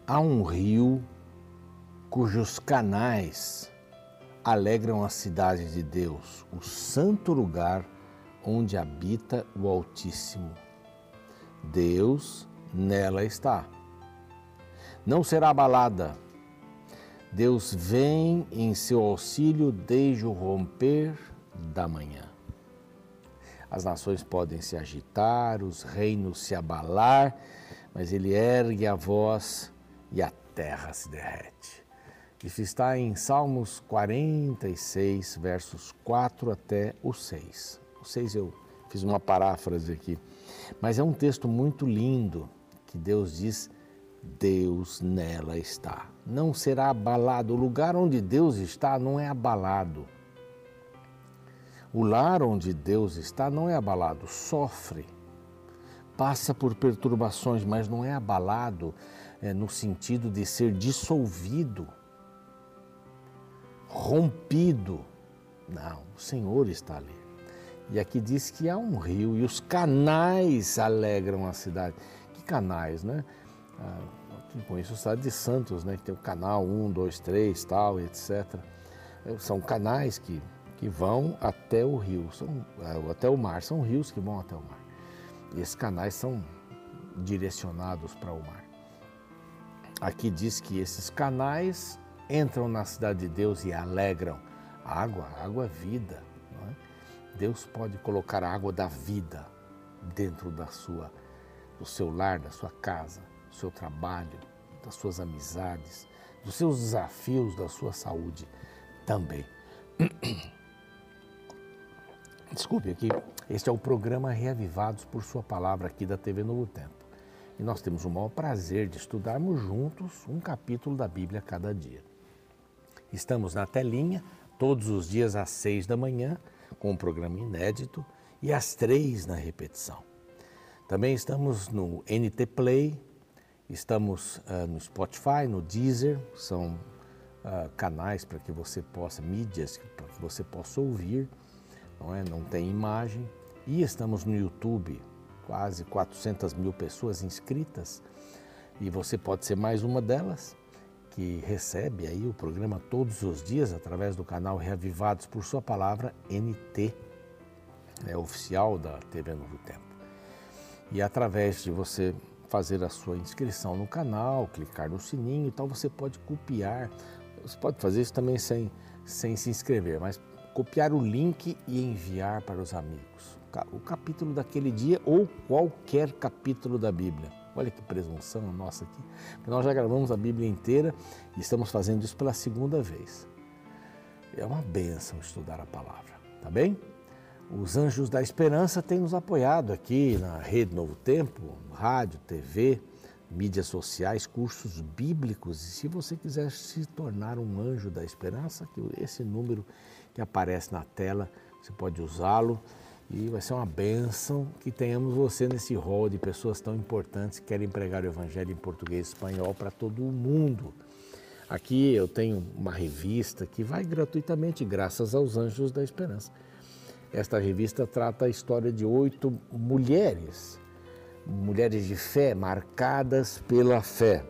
Há um rio cujos canais alegram a cidade de Deus, o santo lugar onde habita o Altíssimo. Deus nela está. Não será abalada. Deus vem em seu auxílio desde o romper da manhã. As nações podem se agitar, os reinos se abalar, mas ele ergue a voz e a terra se derrete. Isso está em Salmos 46, versos 4 até o 6. O 6 eu fiz uma paráfrase aqui, mas é um texto muito lindo que Deus diz: Deus nela está. Não será abalado. O lugar onde Deus está não é abalado. O lar onde Deus está não é abalado, sofre, passa por perturbações, mas não é abalado no sentido de ser dissolvido, rompido. Não, o Senhor está ali. E aqui diz que há um rio e os canais alegram a cidade. Que canais, né? Aqui conheço a cidade de Santos, né? Que tem o canal 1, 2, 3, tal, etc. São canais que vão até o rio, até o mar. São rios que vão até o mar. E esses canais são direcionados para o mar. Aqui diz que esses canais entram na cidade de Deus e alegram. Água é vida. Não é? Deus pode colocar a água da vida dentro do seu lar, da sua casa, do seu trabalho, das suas amizades, dos seus desafios, da sua saúde também. Desculpe aqui, este é o programa Reavivados por Sua Palavra aqui da TV Novo Tempo. E nós temos o maior prazer de estudarmos juntos um capítulo da Bíblia a cada dia. Estamos na telinha todos os dias às 6 da manhã, com um programa inédito, e às 3 na repetição. Também estamos no NT Play, estamos no Spotify, no Deezer, são canais para que você possa, mídias para que você possa ouvir. Não tem imagem, e estamos no YouTube, quase 400 mil pessoas inscritas, e você pode ser mais uma delas, que recebe aí o programa todos os dias através do canal Reavivados por Sua Palavra, NT, é oficial da TV Novo Tempo. E através de você fazer a sua inscrição no canal, clicar no sininho e tal, você pode copiar, você pode fazer isso também sem se inscrever, mas copiar o link e enviar para os amigos. O capítulo daquele dia ou qualquer capítulo da Bíblia. Olha que presunção nossa aqui. Nós já gravamos a Bíblia inteira e estamos fazendo isso pela segunda vez. É uma bênção estudar a palavra, tá bem? Os Anjos da Esperança têm nos apoiado aqui na Rede Novo Tempo, rádio, TV, mídias sociais, cursos bíblicos. E se você quiser se tornar um Anjo da Esperança, esse número que aparece na tela, você pode usá-lo e vai ser uma bênção que tenhamos você nesse rol de pessoas tão importantes que querem pregar o Evangelho em português e espanhol para todo o mundo. Aqui eu tenho uma revista que vai gratuitamente graças aos Anjos da Esperança. Esta revista trata a história de 8 mulheres de fé, marcadas pela fé.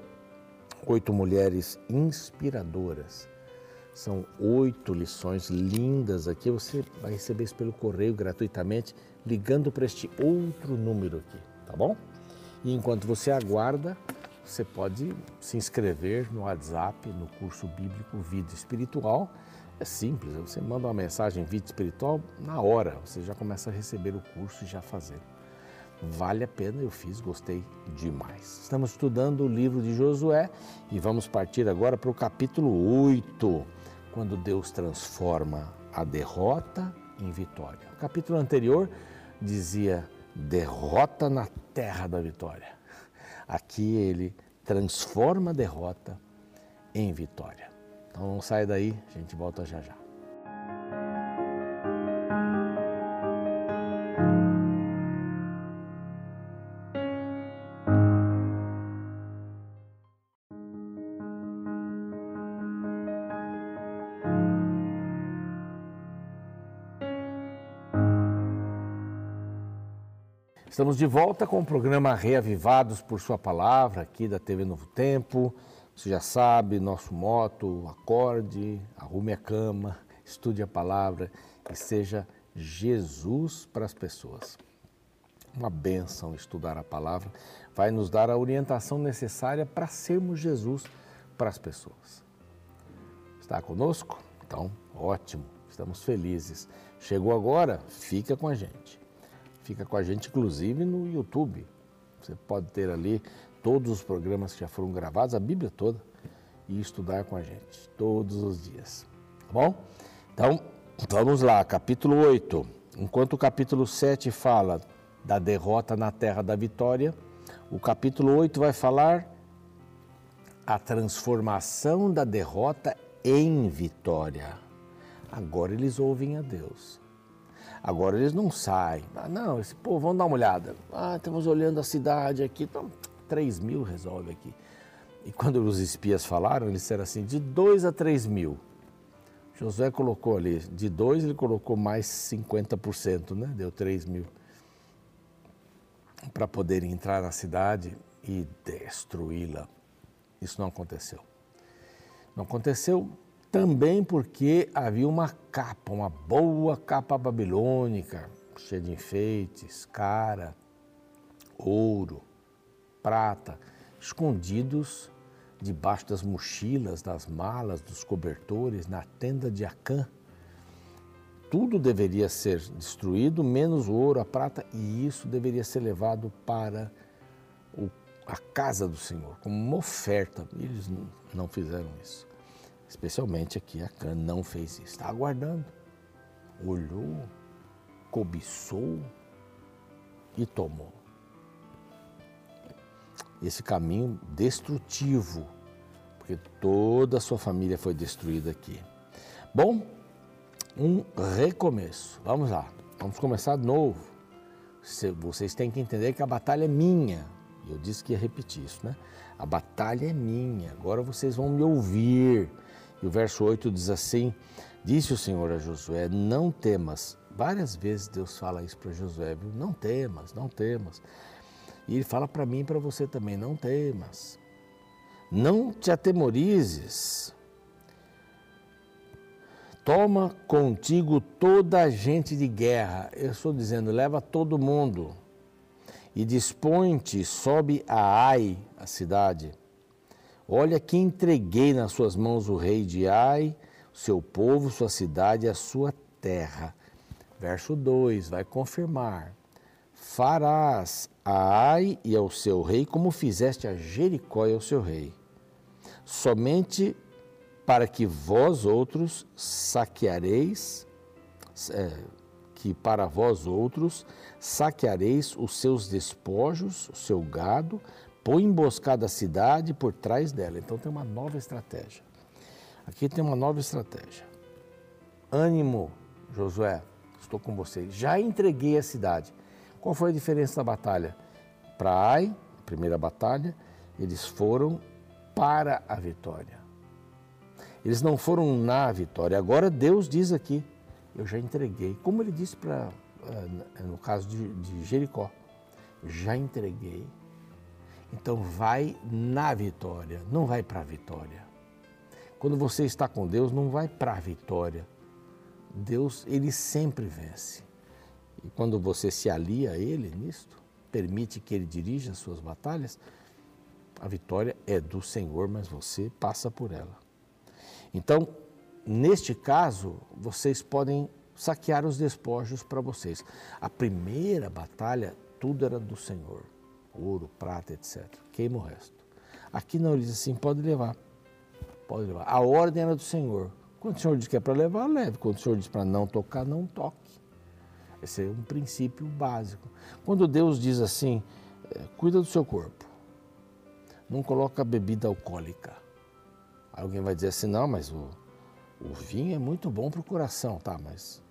8 mulheres inspiradoras. São 8 lições lindas aqui, você vai receber isso pelo correio gratuitamente, ligando para este outro número aqui, tá bom? E enquanto você aguarda, você pode se inscrever no WhatsApp, no curso bíblico Vida Espiritual. É simples, você manda uma mensagem Vida Espiritual, na hora você já começa a receber o curso e já fazer. Vale a pena, eu fiz, gostei demais. Estamos estudando o livro de Josué e vamos partir agora para o capítulo 8, quando Deus transforma a derrota em vitória. O capítulo anterior dizia derrota na terra da vitória. Aqui ele transforma a derrota em vitória. Então não sai daí, a gente volta já já. Estamos de volta com o programa Reavivados por Sua Palavra, aqui da TV Novo Tempo. Você já sabe, nosso moto, acorde, arrume a cama, estude a palavra e seja Jesus para as pessoas. Uma bênção estudar a palavra, vai nos dar a orientação necessária para sermos Jesus para as pessoas. Está conosco? Então, ótimo, estamos felizes. Chegou agora? Fica com a gente. Fica com a gente, inclusive, no YouTube. Você pode ter ali todos os programas que já foram gravados, a Bíblia toda, e estudar com a gente todos os dias. Tá bom? Então, vamos lá, capítulo 8. Enquanto o capítulo 7 fala da derrota na terra da vitória, o capítulo 8 vai falar a transformação da derrota em vitória. Agora eles ouvem a Deus. Agora eles não saem. Não, esse povo, vamos dar uma olhada. Estamos olhando a cidade aqui. Então, 3.000 resolve aqui. E quando os espias falaram, eles disseram assim, de 2 a 3.000. Josué colocou ali, de 2 ele colocou mais 50%, né? Deu 3.000. Para poderem entrar na cidade e destruí-la. Isso não aconteceu. Não aconteceu também porque havia uma capa, uma boa capa babilônica, cheia de enfeites, cara, ouro, prata, escondidos debaixo das mochilas, das malas, dos cobertores, na tenda de Acã. Tudo deveria ser destruído, menos o ouro, a prata, e isso deveria ser levado para a casa do Senhor, como uma oferta. Eles não fizeram isso. Especialmente aqui, Acã não fez isso. Está aguardando. Olhou, cobiçou e tomou. Esse caminho destrutivo, porque toda a sua família foi destruída aqui. Bom, um recomeço. Vamos lá, vamos começar de novo. Vocês têm que entender que a batalha é minha. Eu disse que ia repetir isso, né? A batalha é minha, agora vocês vão me ouvir. E o verso 8 diz assim, disse o Senhor a Josué, não temas. Várias vezes Deus fala isso para Josué, viu? Não temas, não temas. E ele fala para mim e para você também, não temas. Não te atemorizes. Toma contigo toda a gente de guerra. Eu estou dizendo, leva todo mundo. E dispõe-te, sobe a Ai, a cidade. Olha que entreguei nas suas mãos o rei de Ai, o seu povo, sua cidade e a sua terra. Verso 2, vai confirmar. Farás a Ai e ao seu rei como fizeste a Jericó e ao seu rei. Somente para que vós outros saqueareis, saqueareis os seus despojos, o seu gado, põe emboscada a cidade por trás dela. Então tem uma nova estratégia. Aqui tem uma nova estratégia. Ânimo, Josué, estou com vocês. Já entreguei a cidade. Qual foi a diferença da batalha? Para Ai, a primeira batalha, eles foram para a vitória. Eles não foram na vitória. Agora Deus diz aqui, eu já entreguei. Como ele disse no caso de Jericó, já entreguei. Então vai na vitória, não vai para a vitória. Quando você está com Deus, não vai para a vitória. Deus, ele sempre vence. E quando você se alia a ele nisto, permite que ele dirija as suas batalhas, a vitória é do Senhor, mas você passa por ela. Então, neste caso, vocês podem saquear os despojos para vocês. A primeira batalha, tudo era do Senhor. Ouro, prata, etc. Queima o resto. Aqui não, ele diz assim, pode levar. Pode levar. A ordem era do Senhor. Quando o Senhor diz que é para levar, leve. Quando o Senhor diz para não tocar, não toque. Esse é um princípio básico. Quando Deus diz assim, cuida do seu corpo. Não coloca bebida alcoólica. Alguém vai dizer assim, não, mas o vinho é muito bom para o coração. Tá, mas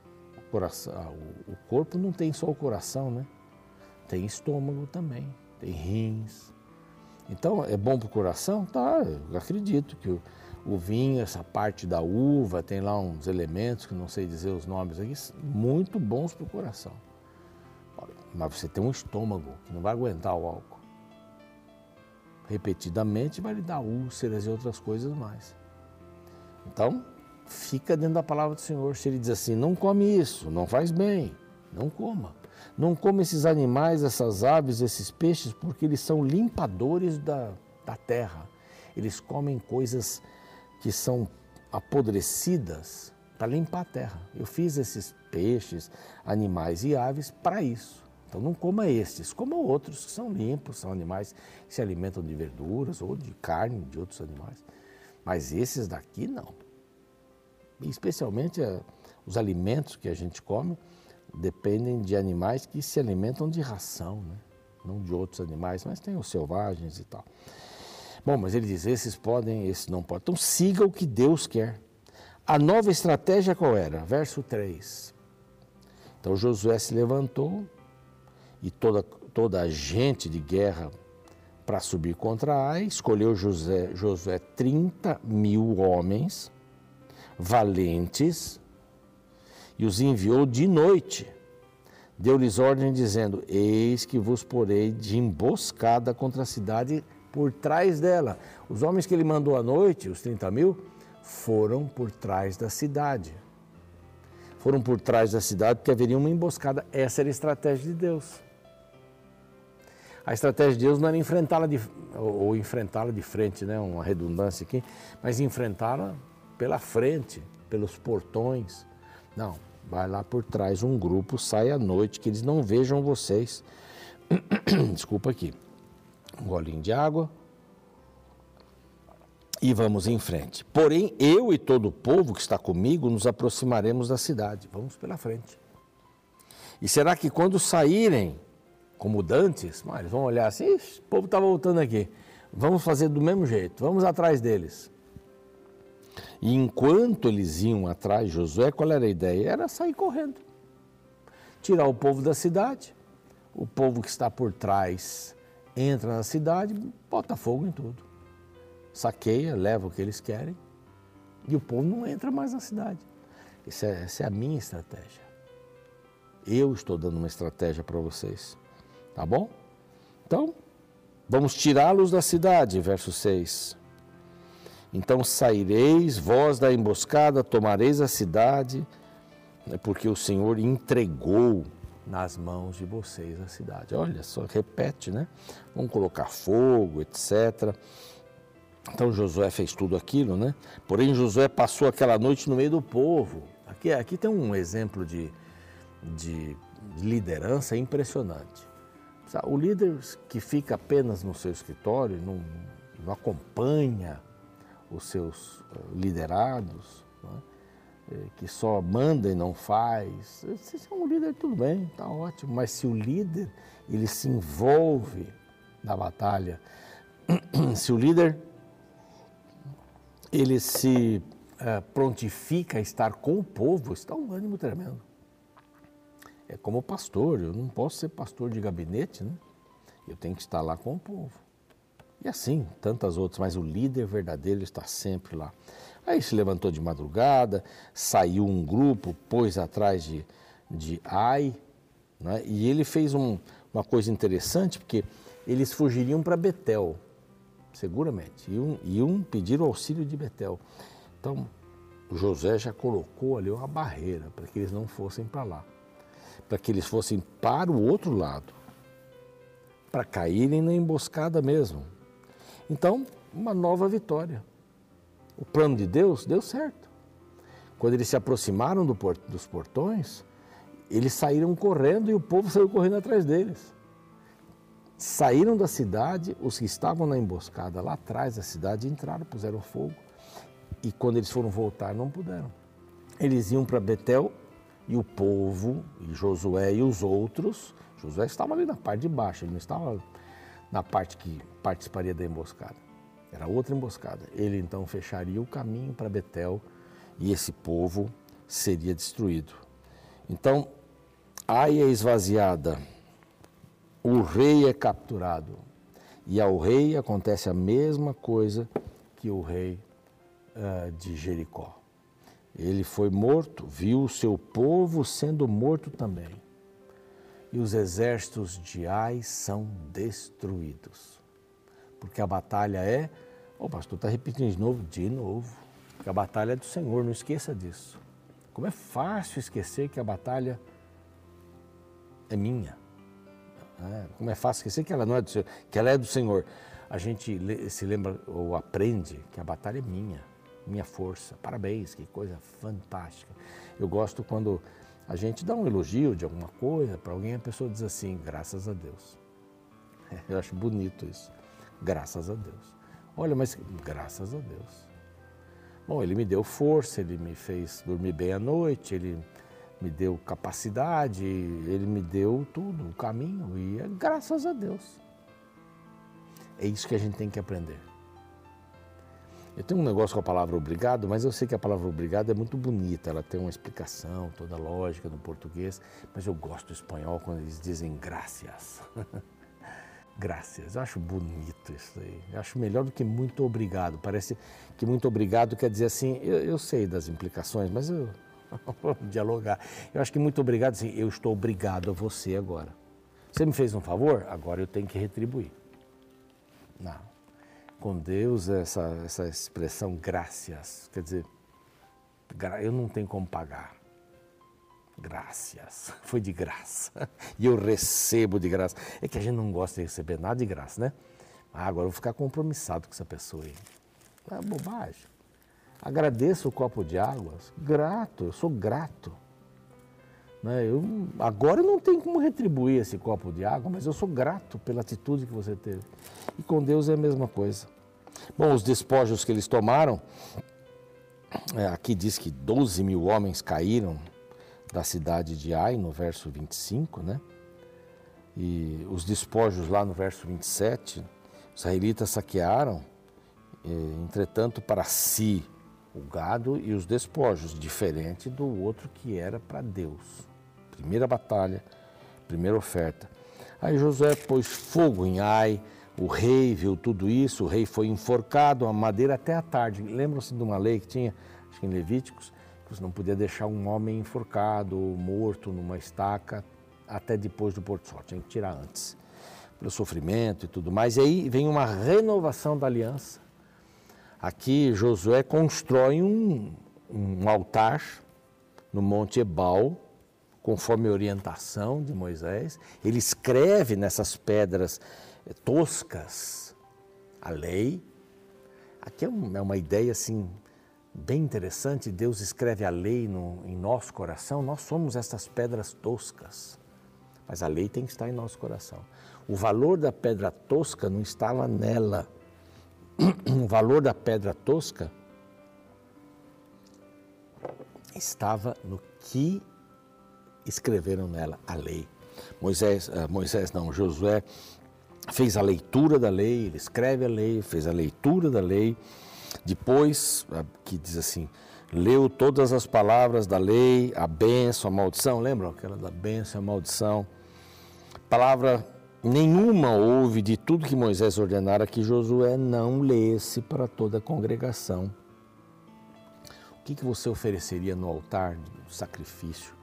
o corpo não tem só o coração, né? Tem estômago também, tem rins. Então, é bom para o coração? Tá, eu acredito que o vinho, essa parte da uva, tem lá uns elementos que não sei dizer os nomes aqui, muito bons para o coração. Mas você tem um estômago que não vai aguentar o álcool. Repetidamente vai lhe dar úlceras e outras coisas mais. Então, fica dentro da palavra do Senhor. Se Ele diz assim, não come isso, não faz bem, não coma. Não coma esses animais, essas aves, esses peixes, porque eles são limpadores da terra. Eles comem coisas que são apodrecidas para limpar a terra. Eu fiz esses peixes, animais e aves para isso. Então não coma estes, coma outros que são limpos, são animais que se alimentam de verduras ou de carne de outros animais. Mas esses daqui não. E especialmente os alimentos que a gente come dependem de animais que se alimentam de ração, né? Não de outros animais, mas tem os selvagens e tal. Bom, mas ele diz, esses podem, esses não podem. Então siga o que Deus quer. A nova estratégia qual era? Verso 3. Então Josué se levantou e toda a gente de guerra para subir contra Ai, escolheu Josué 30.000 homens valentes e os enviou de noite. Deu-lhes ordem dizendo, eis que vos porei de emboscada contra a cidade por trás dela. Os homens que ele mandou à noite, os 30.000, foram por trás da cidade. Foram por trás da cidade porque haveria uma emboscada. Essa era a estratégia de Deus. A estratégia de Deus não era enfrentá-la de frente, né? Uma redundância aqui, mas enfrentá-la pela frente, pelos portões. Não, vai lá por trás um grupo, sai à noite, que eles não vejam vocês. Desculpa aqui. Um golinho de água. E vamos em frente. Porém, eu e todo o povo que está comigo nos aproximaremos da cidade. Vamos pela frente. E será que quando saírem, como dantes, eles vão olhar assim, o povo está voltando aqui. Vamos fazer do mesmo jeito, vamos atrás deles. E enquanto eles iam atrás de Josué, qual era a ideia? Era sair correndo. Tirar o povo da cidade, o povo que está por trás entra na cidade, bota fogo em tudo. Saqueia, leva o que eles querem e o povo não entra mais na cidade. Essa é a minha estratégia. Eu estou dando uma estratégia para vocês, tá bom? Então, vamos tirá-los da cidade, verso 6. Então saireis, vós da emboscada, tomareis a cidade, porque o Senhor entregou nas mãos de vocês a cidade. Olha só, repete, né? Vamos colocar fogo, etc. Então Josué fez tudo aquilo, né? Porém Josué passou aquela noite no meio do povo. Aqui tem um exemplo de liderança impressionante. O líder que fica apenas no seu escritório, não acompanha os seus liderados, né? Que só manda e não faz. Se é um líder, tudo bem, está ótimo. Mas se o líder ele se envolve na batalha, se o líder ele se prontifica a estar com o povo, isso dá um ânimo tremendo. É como pastor, eu não posso ser pastor de gabinete, né? Eu tenho que estar lá com o povo. E assim, tantas outras, mas o líder verdadeiro está sempre lá. Aí se levantou de madrugada, saiu um grupo, pôs atrás de Ai, né? E ele fez uma coisa interessante, porque eles fugiriam para Betel, seguramente, iam pedir o auxílio de Betel. Então, Josué já colocou ali uma barreira para que eles não fossem para lá, para que eles fossem para o outro lado, para caírem na emboscada mesmo. Então, uma nova vitória. O plano de Deus deu certo. Quando eles se aproximaram dos portões, eles saíram correndo e o povo saiu correndo atrás deles. Saíram da cidade, os que estavam na emboscada lá atrás da cidade entraram, puseram fogo. E quando eles foram voltar, não puderam. Eles iam para Betel e o povo, e Josué e os outros, Josué estava ali na parte de baixo, ele não estava na parte que participaria da emboscada. Era outra emboscada. Ele então fecharia o caminho para Betel e esse povo seria destruído. Então, Ai é esvaziada, o rei é capturado. E ao rei acontece a mesma coisa que o rei de Jericó. Ele foi morto, viu o seu povo sendo morto também. e os exércitos de Ai são destruídos. Porque a batalha é... O pastor está repetindo de novo. Porque a batalha é do Senhor, não esqueça disso. Como é fácil esquecer que a batalha é minha. Como é fácil esquecer que ela não é do Senhor, que ela é do Senhor. A gente se lembra ou aprende que a batalha é minha força. Parabéns, que coisa fantástica. Eu gosto quando a gente dá um elogio de alguma coisa para alguém, a pessoa diz assim, graças a Deus. Eu acho bonito isso, graças a Deus. Olha, mas graças a Deus. Bom, ele me deu força, ele me fez dormir bem à noite, ele me deu capacidade, ele me deu tudo, o caminho, e é graças a Deus. É isso que a gente tem que aprender. Eu tenho um negócio com a palavra obrigado, mas eu sei que a palavra obrigado é muito bonita, ela tem uma explicação toda lógica no português, mas eu gosto do espanhol quando eles dizem gracias. Gracias, eu acho bonito isso aí, eu acho melhor do que muito obrigado. Parece que muito obrigado quer dizer assim, eu sei das implicações, mas eu vou dialogar. Eu acho que muito obrigado, assim, eu estou obrigado a você agora. Você me fez um favor, agora eu tenho que retribuir. Não. Com Deus, essa expressão gracias, quer dizer, eu não tenho como pagar. Graças, foi de graça. E eu recebo de graça. É que a gente não gosta de receber nada de graça, né? Agora eu vou ficar compromissado com essa pessoa aí. É bobagem. Agradeço o copo de água, grato, eu sou grato. Agora eu não tenho como retribuir esse copo de água, mas eu sou grato pela atitude que você teve. E com Deus é a mesma coisa. Bom, os despojos que eles tomaram, aqui diz que 12 mil homens caíram da cidade de Ai, no verso 25, né? E os despojos lá no verso 27, os israelitas saquearam, entretanto, para si o gado e os despojos, diferente do outro que era para Deus. Primeira batalha, primeira oferta. Aí Josué pôs fogo em Ai, o rei viu tudo isso, o rei foi enforcado, a madeira até a tarde. Lembram-se de uma lei que tinha, acho que em Levíticos, que você não podia deixar um homem enforcado ou morto numa estaca até depois do pôr do sol, tinha que tirar antes, pelo sofrimento e tudo mais. E aí vem uma renovação da aliança. Aqui Josué constrói um altar no Monte Ebal, conforme a orientação de Moisés. Ele escreve nessas pedras toscas a lei. Aqui é uma ideia assim bem interessante. Deus escreve a lei em nosso coração. Nós somos essas pedras toscas, mas a lei tem que estar em nosso coração. O valor da pedra tosca não estava nela. O valor da pedra tosca estava no que escreveram nela, a lei. Josué fez a leitura da lei, ele escreve a lei, fez a leitura da lei. Depois, que diz assim, leu todas as palavras da lei, a bênção, a maldição, lembram aquela da bênção e a maldição? Palavra nenhuma houve de tudo que Moisés ordenara que Josué não lesse para toda a congregação. O que você ofereceria no altar do sacrifício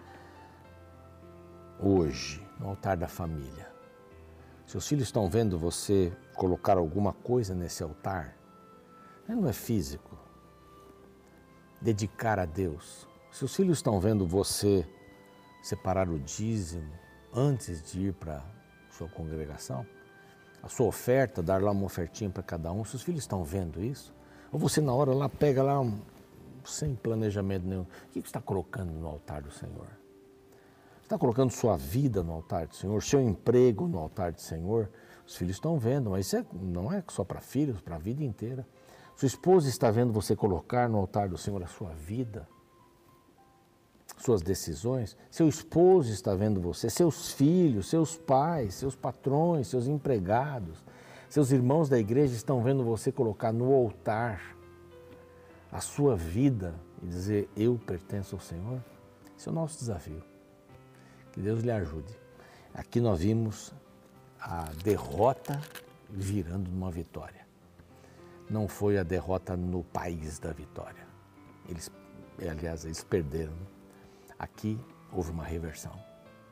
hoje, no altar da família? Seus filhos estão vendo você colocar alguma coisa nesse altar? Não é físico. Dedicar a Deus. Seus filhos estão vendo você separar o dízimo antes de ir para a sua congregação? A sua oferta, dar lá uma ofertinha para cada um. Seus filhos estão vendo isso? Ou você na hora lá pega lá, sem planejamento nenhum, o que você está colocando no altar do Senhor? Você está colocando sua vida no altar do Senhor, seu emprego no altar do Senhor? Os filhos estão vendo, mas isso não é só para filhos, para a vida inteira. Sua esposa está vendo você colocar no altar do Senhor a sua vida, suas decisões. Seu esposo está vendo você, seus filhos, seus pais, seus patrões, seus empregados, seus irmãos da igreja estão vendo você colocar no altar a sua vida e dizer, eu pertenço ao Senhor. Esse é o nosso desafio. Que Deus lhe ajude. Aqui nós vimos a derrota virando numa vitória. Não foi a derrota no país da vitória. Eles perderam. Aqui houve uma reversão.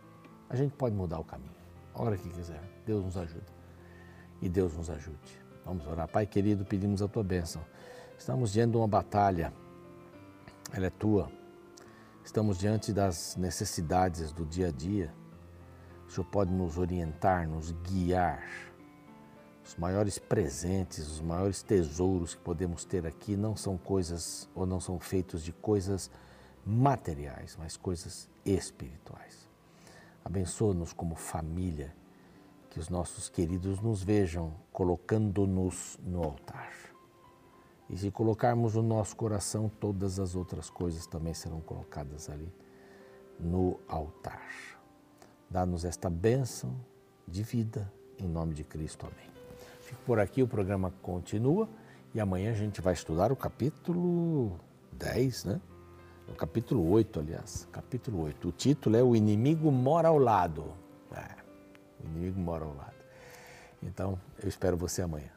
A gente pode mudar o caminho, a hora que quiser. Deus nos ajuda e Deus nos ajude. Vamos orar. Pai querido, pedimos a tua bênção. Estamos diante de uma batalha, ela é tua. Estamos diante das necessidades do dia a dia. O Senhor pode nos orientar, nos guiar. Os maiores presentes, os maiores tesouros que podemos ter aqui não são coisas ou não são feitos de coisas materiais, mas coisas espirituais. Abençoa-nos como família, que os nossos queridos nos vejam colocando-nos no altar. E se colocarmos no nosso coração, todas as outras coisas também serão colocadas ali no altar. Dá-nos esta bênção de vida, em nome de Cristo. Amém. Fico por aqui, o programa continua e amanhã a gente vai estudar o capítulo 10, né? O capítulo 8, aliás, capítulo 8. O título é O Inimigo Mora ao Lado. O inimigo mora ao lado. Então, eu espero você amanhã.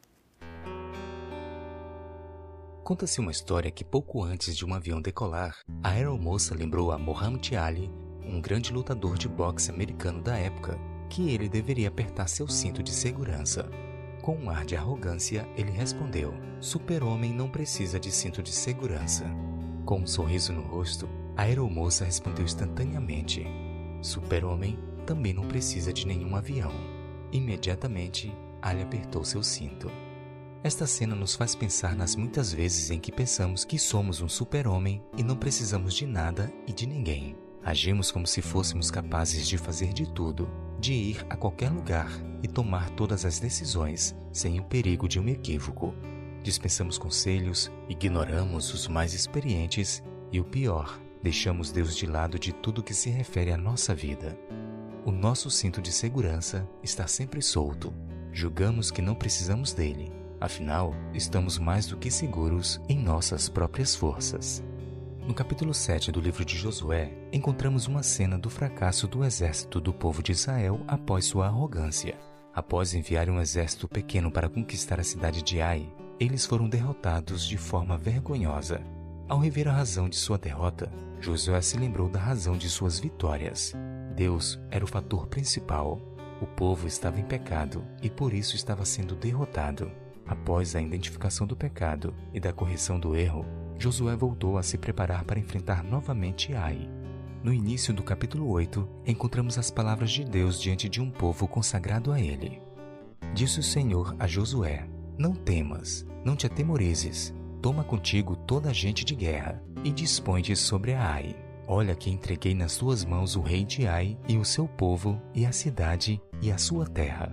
Conta-se uma história que pouco antes de um avião decolar, a aeromoça lembrou a Muhammad Ali, um grande lutador de boxe americano da época, que ele deveria apertar seu cinto de segurança. Com um ar de arrogância, ele respondeu: "Super-homem não precisa de cinto de segurança." Com um sorriso no rosto, a aeromoça respondeu instantaneamente: "Super-homem também não precisa de nenhum avião." Imediatamente, Ali apertou seu cinto. Esta cena nos faz pensar nas muitas vezes em que pensamos que somos um super-homem e não precisamos de nada e de ninguém. Agimos como se fôssemos capazes de fazer de tudo, de ir a qualquer lugar e tomar todas as decisões, sem o perigo de um equívoco. Dispensamos conselhos, ignoramos os mais experientes e, o pior, deixamos Deus de lado de tudo que se refere à nossa vida. O nosso cinto de segurança está sempre solto. Julgamos que não precisamos dele. Afinal, estamos mais do que seguros em nossas próprias forças. No capítulo 7 do livro de Josué, encontramos uma cena do fracasso do exército do povo de Israel após sua arrogância. Após enviar um exército pequeno para conquistar a cidade de Ai, eles foram derrotados de forma vergonhosa. Ao rever a razão de sua derrota, Josué se lembrou da razão de suas vitórias. Deus era o fator principal. O povo estava em pecado e por isso estava sendo derrotado. Após a identificação do pecado e da correção do erro, Josué voltou a se preparar para enfrentar novamente Ai. No início do capítulo 8, encontramos as palavras de Deus diante de um povo consagrado a ele. Disse o Senhor a Josué: "Não temas, não te atemorizes. Toma contigo toda a gente de guerra e dispõe-te sobre a Ai. Olha que entreguei nas tuas mãos o rei de Ai e o seu povo e a cidade e a sua terra."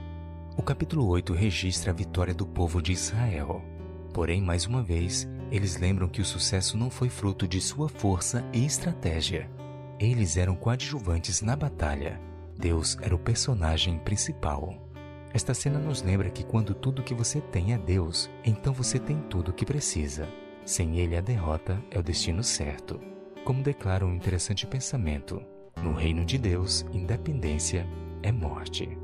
O capítulo 8 registra a vitória do povo de Israel. Porém, mais uma vez, eles lembram que o sucesso não foi fruto de sua força e estratégia. Eles eram coadjuvantes na batalha. Deus era o personagem principal. Esta cena nos lembra que quando tudo que você tem é Deus, então você tem tudo o que precisa. Sem Ele, a derrota é o destino certo. Como declara um interessante pensamento: no reino de Deus, independência é morte.